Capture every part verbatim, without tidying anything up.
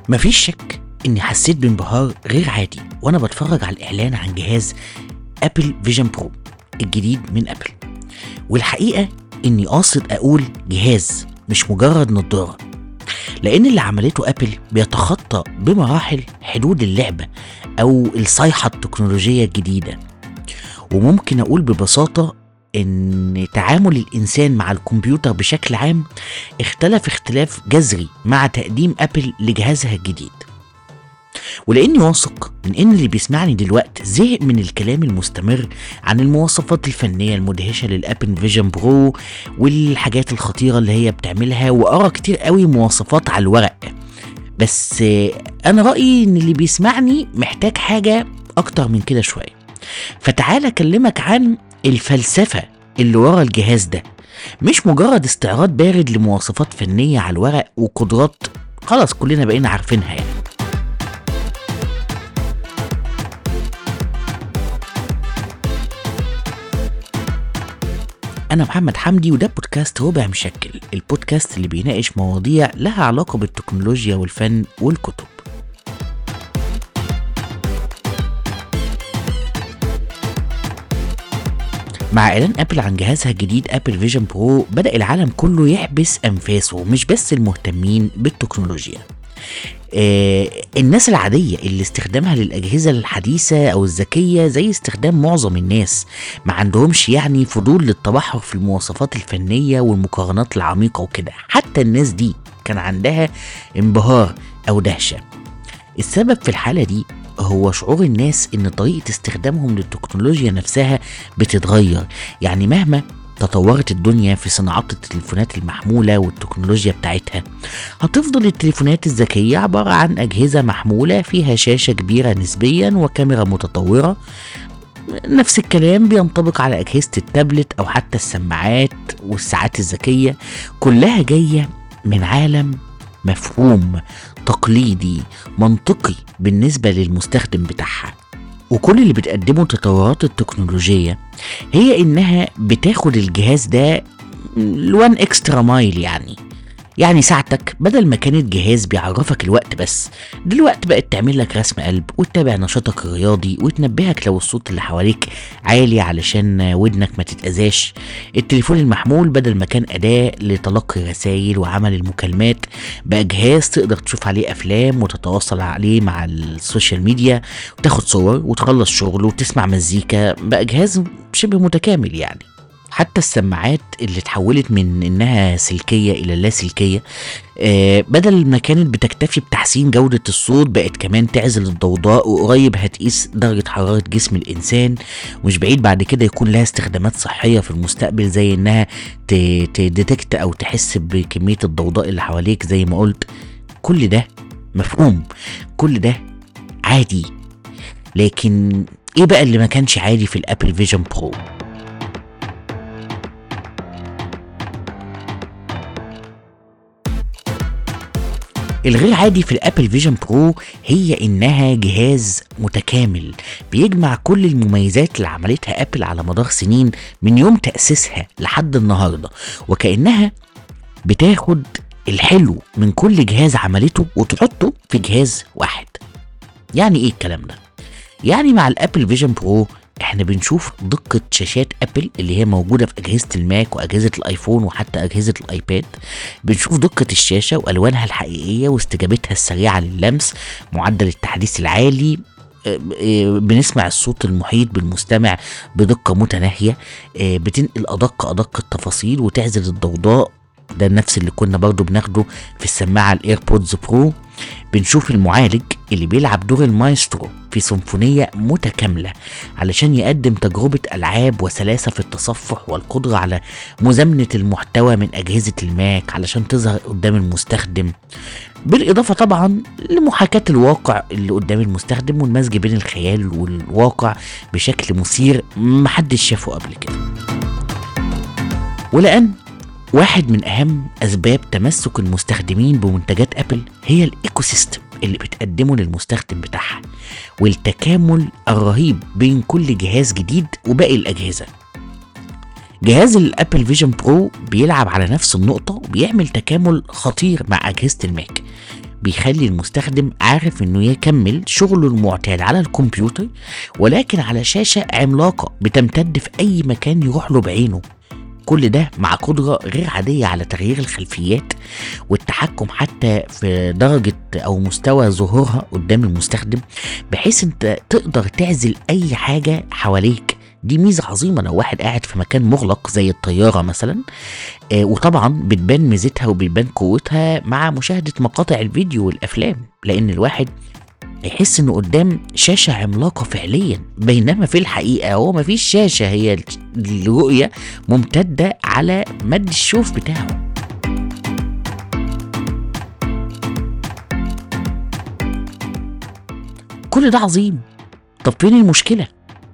مفيش شك اني حسيت بانبهار غير عادي وانا بتفرج على الاعلان عن جهاز ابل فيجن برو الجديد من ابل. والحقيقة اني قاصد اقول جهاز مش مجرد نظارة، لان اللي عملته ابل بيتخطى بمراحل حدود اللعبة او الصيحة التكنولوجية الجديدة. وممكن اقول ببساطة ان تعامل الانسان مع الكمبيوتر بشكل عام اختلف اختلاف جذري مع تقديم ابل لجهازها الجديد. ولاني واثق من ان اللي بيسمعني دلوقتي زهق من الكلام المستمر عن المواصفات الفنية المدهشة للابل فيجن برو والحاجات الخطيرة اللي هي بتعملها، وقرا كتير قوي مواصفات على الورق، بس انا رأيي ان اللي بيسمعني محتاج حاجة اكتر من كده شوية. فتعال اكلمك عن الفلسفة اللي ورا الجهاز ده، مش مجرد استعراض بارد لمواصفات فنية على الورق وقدرات خلاص كلنا بقينا عارفينها يعني. أنا محمد حمدي وده بودكاست ربع مشكل، البودكاست اللي بيناقش مواضيع لها علاقة بالتكنولوجيا والفن والكتب. مع إعلان أبل عن جهازها الجديد أبل فيجن برو بدأ العالم كله يحبس أنفاسه، مش بس المهتمين بالتكنولوجيا. آه الناس العادية اللي استخدامها للأجهزة الحديثة أو الذكية زي استخدام معظم الناس، ما عندهمش يعني فضول للتبحر في المواصفات الفنية والمقارنات العميقة وكده. حتى الناس دي كان عندها انبهار أو دهشة. السبب في الحالة دي هو شعور الناس ان طريقة استخدامهم للتكنولوجيا نفسها بتتغير. يعني مهما تطورت الدنيا في صناعات التليفونات المحمولة والتكنولوجيا بتاعتها، هتفضل التليفونات الذكية عبارة عن أجهزة محمولة فيها شاشة كبيرة نسبيا وكاميرا متطورة. نفس الكلام بينطبق على أجهزة التابلت أو حتى السماعات والساعات الذكية، كلها جاية من عالم مفهوم تقليدي منطقي بالنسبة للمستخدم بتاعها. وكل اللي بتقدمه تطورات التكنولوجية هي انها بتاخد الجهاز ده لوان اكسترا مايل. يعني يعني ساعتك بدل ما كانت جهاز بيعرفك الوقت بس، دلوقتي بقت تعمل لك رسم قلب وتتابع نشاطك الرياضي وتنبهك لو الصوت اللي حواليك عالي علشان ودنك ما تتأذاش. التليفون المحمول بدل ما كان أداة لتلقي رسائل وعمل المكالمات، بقى جهاز تقدر تشوف عليه أفلام وتتواصل عليه مع السوشيال ميديا وتاخد صور وتخلص شغل وتسمع مزيكا. بقى جهاز شبه متكامل يعني. حتى السماعات اللي اتحولت من انها سلكية الى لا سلكية، آه بدل ما كانت بتكتفي بتحسين جودة الصوت بقت كمان تعزل الضوضاء، وقريب هتقيس درجة حرارة جسم الانسان. مش بعيد بعد كده يكون لها استخدامات صحية في المستقبل، زي انها تديتكت او تحس بكمية الضوضاء اللي حواليك زي ما قلت. كل ده مفهوم، كل ده عادي. لكن ايه بقى اللي ما كانش عادي في الابل فيجن برو؟ الغير عادي في الابل فيجن برو هي انها جهاز متكامل بيجمع كل المميزات اللي عملتها ابل على مدار سنين من يوم تأسيسها لحد النهاردة، وكأنها بتاخد الحلو من كل جهاز عملته وتحطه في جهاز واحد. يعني ايه الكلام ده؟ يعني مع الابل فيجن برو احنا بنشوف دقة شاشات ابل اللي هي موجودة في اجهزة الماك واجهزة الايفون وحتى اجهزة الايباد. بنشوف دقة الشاشة والوانها الحقيقية واستجابتها السريعة لللمس، معدل التحديث العالي، بنسمع الصوت المحيط بالمستمع بدقة متناهية، بتنقل ادق ادق التفاصيل وتعزل الضوضاء. ده نفس اللي كنا برضو بناخده في السماعة الايربودز برو. بنشوف المعالج اللي بيلعب دور المايسترو في سيمفونية متكاملة علشان يقدم تجربة ألعاب وسلاسة في التصفح والقدرة على مزامنة المحتوى من أجهزة الماك علشان تظهر قدام المستخدم، بالإضافة طبعا لمحاكاة الواقع اللي قدام المستخدم والمزج بين الخيال والواقع بشكل مثير محدش شافه قبل كده. ولأن واحد من أهم أسباب تمسك المستخدمين بمنتجات أبل هي الإيكو سيستم اللي بتقدمه للمستخدم بتاعها والتكامل الرهيب بين كل جهاز جديد وباقي الأجهزة. جهاز الأبل فيجن برو بيلعب على نفس النقطة وبيعمل تكامل خطير مع أجهزة الماك. بيخلي المستخدم عارف انه يكمل شغله المعتاد على الكمبيوتر، ولكن على شاشة عملاقة بتمتد في اي مكان يروح له بعينه. كل ده مع قدرة غير عادية على تغيير الخلفيات والتحكم حتى في درجة أو مستوى ظهورها قدام المستخدم، بحيث أنت تقدر تعزل أي حاجة حواليك. دي ميزة عظيمة لو واحد قاعد في مكان مغلق زي الطيارة مثلا. آه وطبعا بتبان ميزتها وبتبان قوتها مع مشاهدة مقاطع الفيديو والأفلام، لأن الواحد يحس انه قدام شاشة عملاقة فعليا، بينما في الحقيقة هو مفيش شاشة، هي الرؤية ممتدة على مد الشوف بتاعه. كل ده عظيم. طب فين المشكلة؟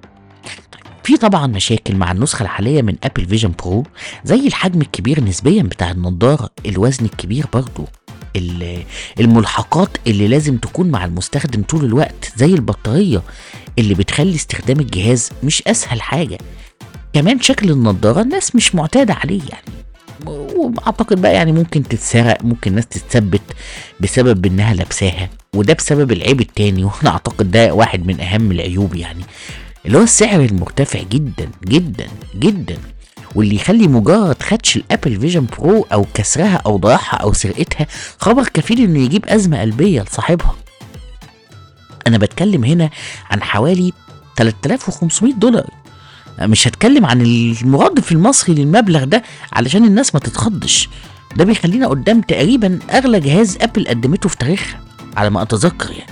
في طبعا مشاكل مع النسخة الحالية من ابل فيجن برو، زي الحجم الكبير نسبيا بتاع النضارة، الوزن الكبير برضو، الملحقات اللي لازم تكون مع المستخدم طول الوقت زي البطارية اللي بتخلي استخدام الجهاز مش اسهل حاجة. كمان شكل النضارة الناس مش معتادة عليه يعني، واعتقد بقى يعني ممكن تتسرق، ممكن ناس تتثبت بسبب انها لابساها، وده بسبب العيب التاني، وانا اعتقد ده واحد من اهم العيوب يعني، اللي هو السعر المرتفع جدا جدا جدا، واللي يخلي مجرد خدش الابل فيجن برو او كسرها او ضياعها او سرقتها خبر كفيل انه يجيب ازمة قلبية لصاحبها. انا بتكلم هنا عن حوالي ثلاثة آلاف وخمسمائة دولار، مش هتكلم عن المرادف المصري للمبلغ ده علشان الناس ما تتخضش. ده بيخلينا قدام تقريبا اغلى جهاز ابل قدمته في تاريخها على ما اتذكر يعني.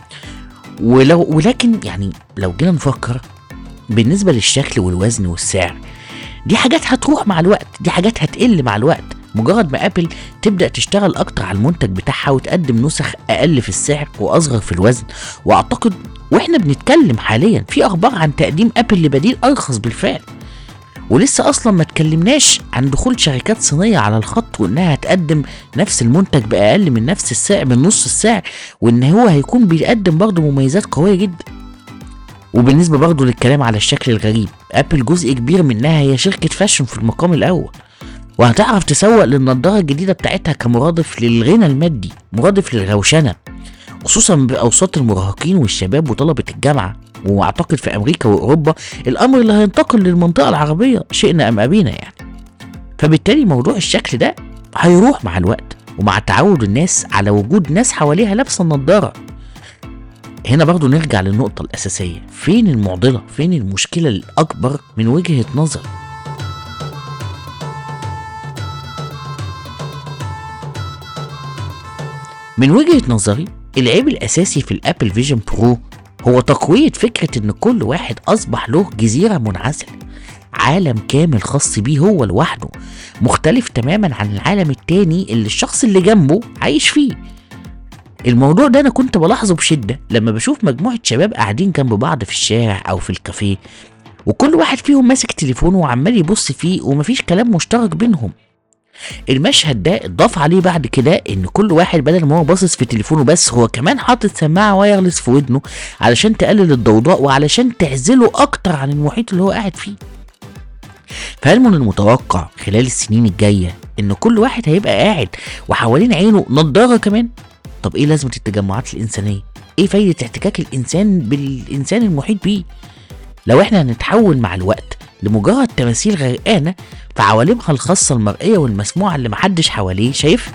ولو ولكن يعني لو جينا نفكر بالنسبة للشكل والوزن والسعر، دي حاجات هتروح مع الوقت، دي حاجات هتقل مع الوقت، مجرد ما ابل تبدأ تشتغل اكتر على المنتج بتاعها وتقدم نسخ اقل في السعر واصغر في الوزن. واعتقد واحنا بنتكلم حاليا في اخبار عن تقديم ابل لبديل ارخص بالفعل، ولسه اصلا ما اتكلمناش عن دخول شركات صينية على الخط وانها هتقدم نفس المنتج باقل من نفس السعر، من نص السعر، وان هو هيكون بيقدم برضه مميزات قوية جدا. وبالنسبة برضه للكلام على الشكل الغريب، ابل جزء كبير منها هي شركة فاشن في المقام الاول، وهتعرف تسوق للنضارة الجديدة بتاعتها كمرادف للغنى المادي، مرادف للروشنة، خصوصا باوساط المراهقين والشباب وطلبة الجامعة، واعتقد في امريكا واوروبا الامر اللي هينتقل للمنطقة العربية شئنا ام ابينا يعني. فبالتالي موضوع الشكل ده هيروح مع الوقت ومع تعود الناس على وجود ناس حواليها لابسة النضارة. هنا برضو نرجع للنقطة الأساسية، فين المعضلة؟ فين المشكلة الأكبر من وجهة نظر؟ من وجهة نظري العيب الأساسي في الأبل فيجن برو هو تقوية فكرة إن كل واحد أصبح له جزيرة منعزلة، عالم كامل خاص بيه هو لوحده، مختلف تماما عن العالم التاني اللي الشخص اللي جنبه عايش فيه. الموضوع ده انا كنت بلاحظه بشدة لما بشوف مجموعة شباب قاعدين جنب بعض في الشارع او في الكافيه، وكل واحد فيهم ماسك تليفونه وعمال يبص فيه ومفيش كلام مشترك بينهم. المشهد ده اتضاف عليه بعد كده ان كل واحد بدل ما هو باصص في تليفونه بس، هو كمان حاطط سماعة وايرلس في ودنه علشان تقلل الضوضاء وعلشان تعزله اكتر عن المحيط اللي هو قاعد فيه. فهل من المتوقع خلال السنين الجاية ان كل واحد هيبقى قاعد وحوالين عينه نضارة كمان؟ طب ايه لازمة التجمعات الانسانية؟ ايه فايدة احتكاك الانسان بالانسان المحيط بيه لو احنا هنتحول مع الوقت لمجرد تماثيل غرقانة في عوالمها الخاصة المرئية والمسموعة اللي محدش حواليه شايفها؟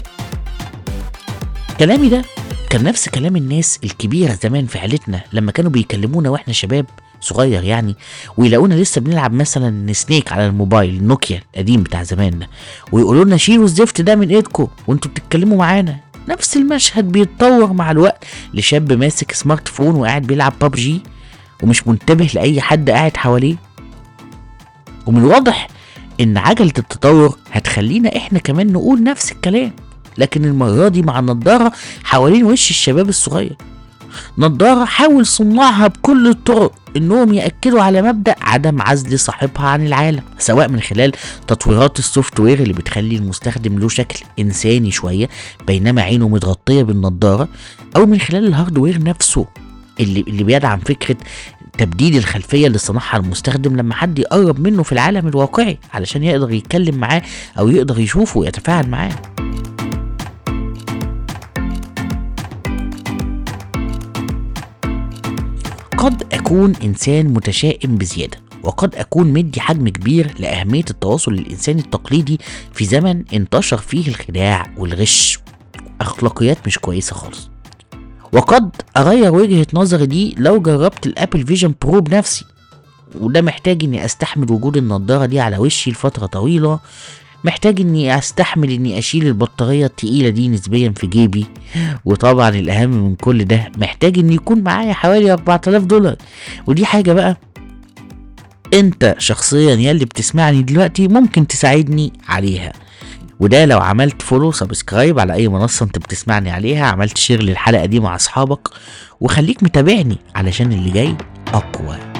كلامي ده كان نفس كلام الناس الكبيرة زمان في عيلتنا لما كانوا بيكلمونا واحنا شباب صغير يعني، ويلاقونا لسه بنلعب مثلا سنيك على الموبايل نوكيا القديم بتاع زماننا، ويقولوا لنا شيلوا الزفت ده من ايدكم وانتوا بتتكلموا معانا. نفس المشهد بيتطور مع الوقت لشاب ماسك سمارت فون وقاعد بيلعب بابجي ومش منتبه لأي حد قاعد حواليه. ومن الواضح ان عجلة التطور هتخلينا احنا كمان نقول نفس الكلام، لكن المرة دي مع النضارة حوالين وش الشباب الصغير. نضارة حاول صناعها بكل الطرق انهم يأكدوا على مبدأ عدم عزل صاحبها عن العالم، سواء من خلال تطويرات السوفت وير اللي بتخلي المستخدم له شكل انساني شوية بينما عينه متغطية بالنضارة، او من خلال الهاردوير نفسه اللي, اللي بيدعم فكرة تبديل الخلفية اللي صنعها المستخدم لما حد يقرب منه في العالم الواقعي علشان يقدر يتكلم معاه او يقدر يشوفه ويتفاعل معاه. قد اكون انسان متشائم بزيادة، وقد اكون مدي حجم كبير لاهمية التواصل الانساني التقليدي في زمن انتشر فيه الخداع والغش، اخلاقيات مش كويسة خالص. وقد اغير وجهة نظري دي لو جربت الابل فيجن برو بنفسي، وده محتاج اني استحمل وجود النضارة دي على وشي لفترة طويلة، محتاج اني استحمل اني اشيل البطارية التقيلة دي نسبيا في جيبي، وطبعا الاهم من كل ده محتاج ان يكون معايا حوالي اربعة آلاف دولار. ودي حاجة بقى انت شخصيا يلي بتسمعني دلوقتي ممكن تساعدني عليها، وده لو عملت فولو سبسكرايب على اي منصة انت بتسمعني عليها، عملت شير للحلقة دي مع اصحابك، وخليك متابعني علشان اللي جاي اقوى.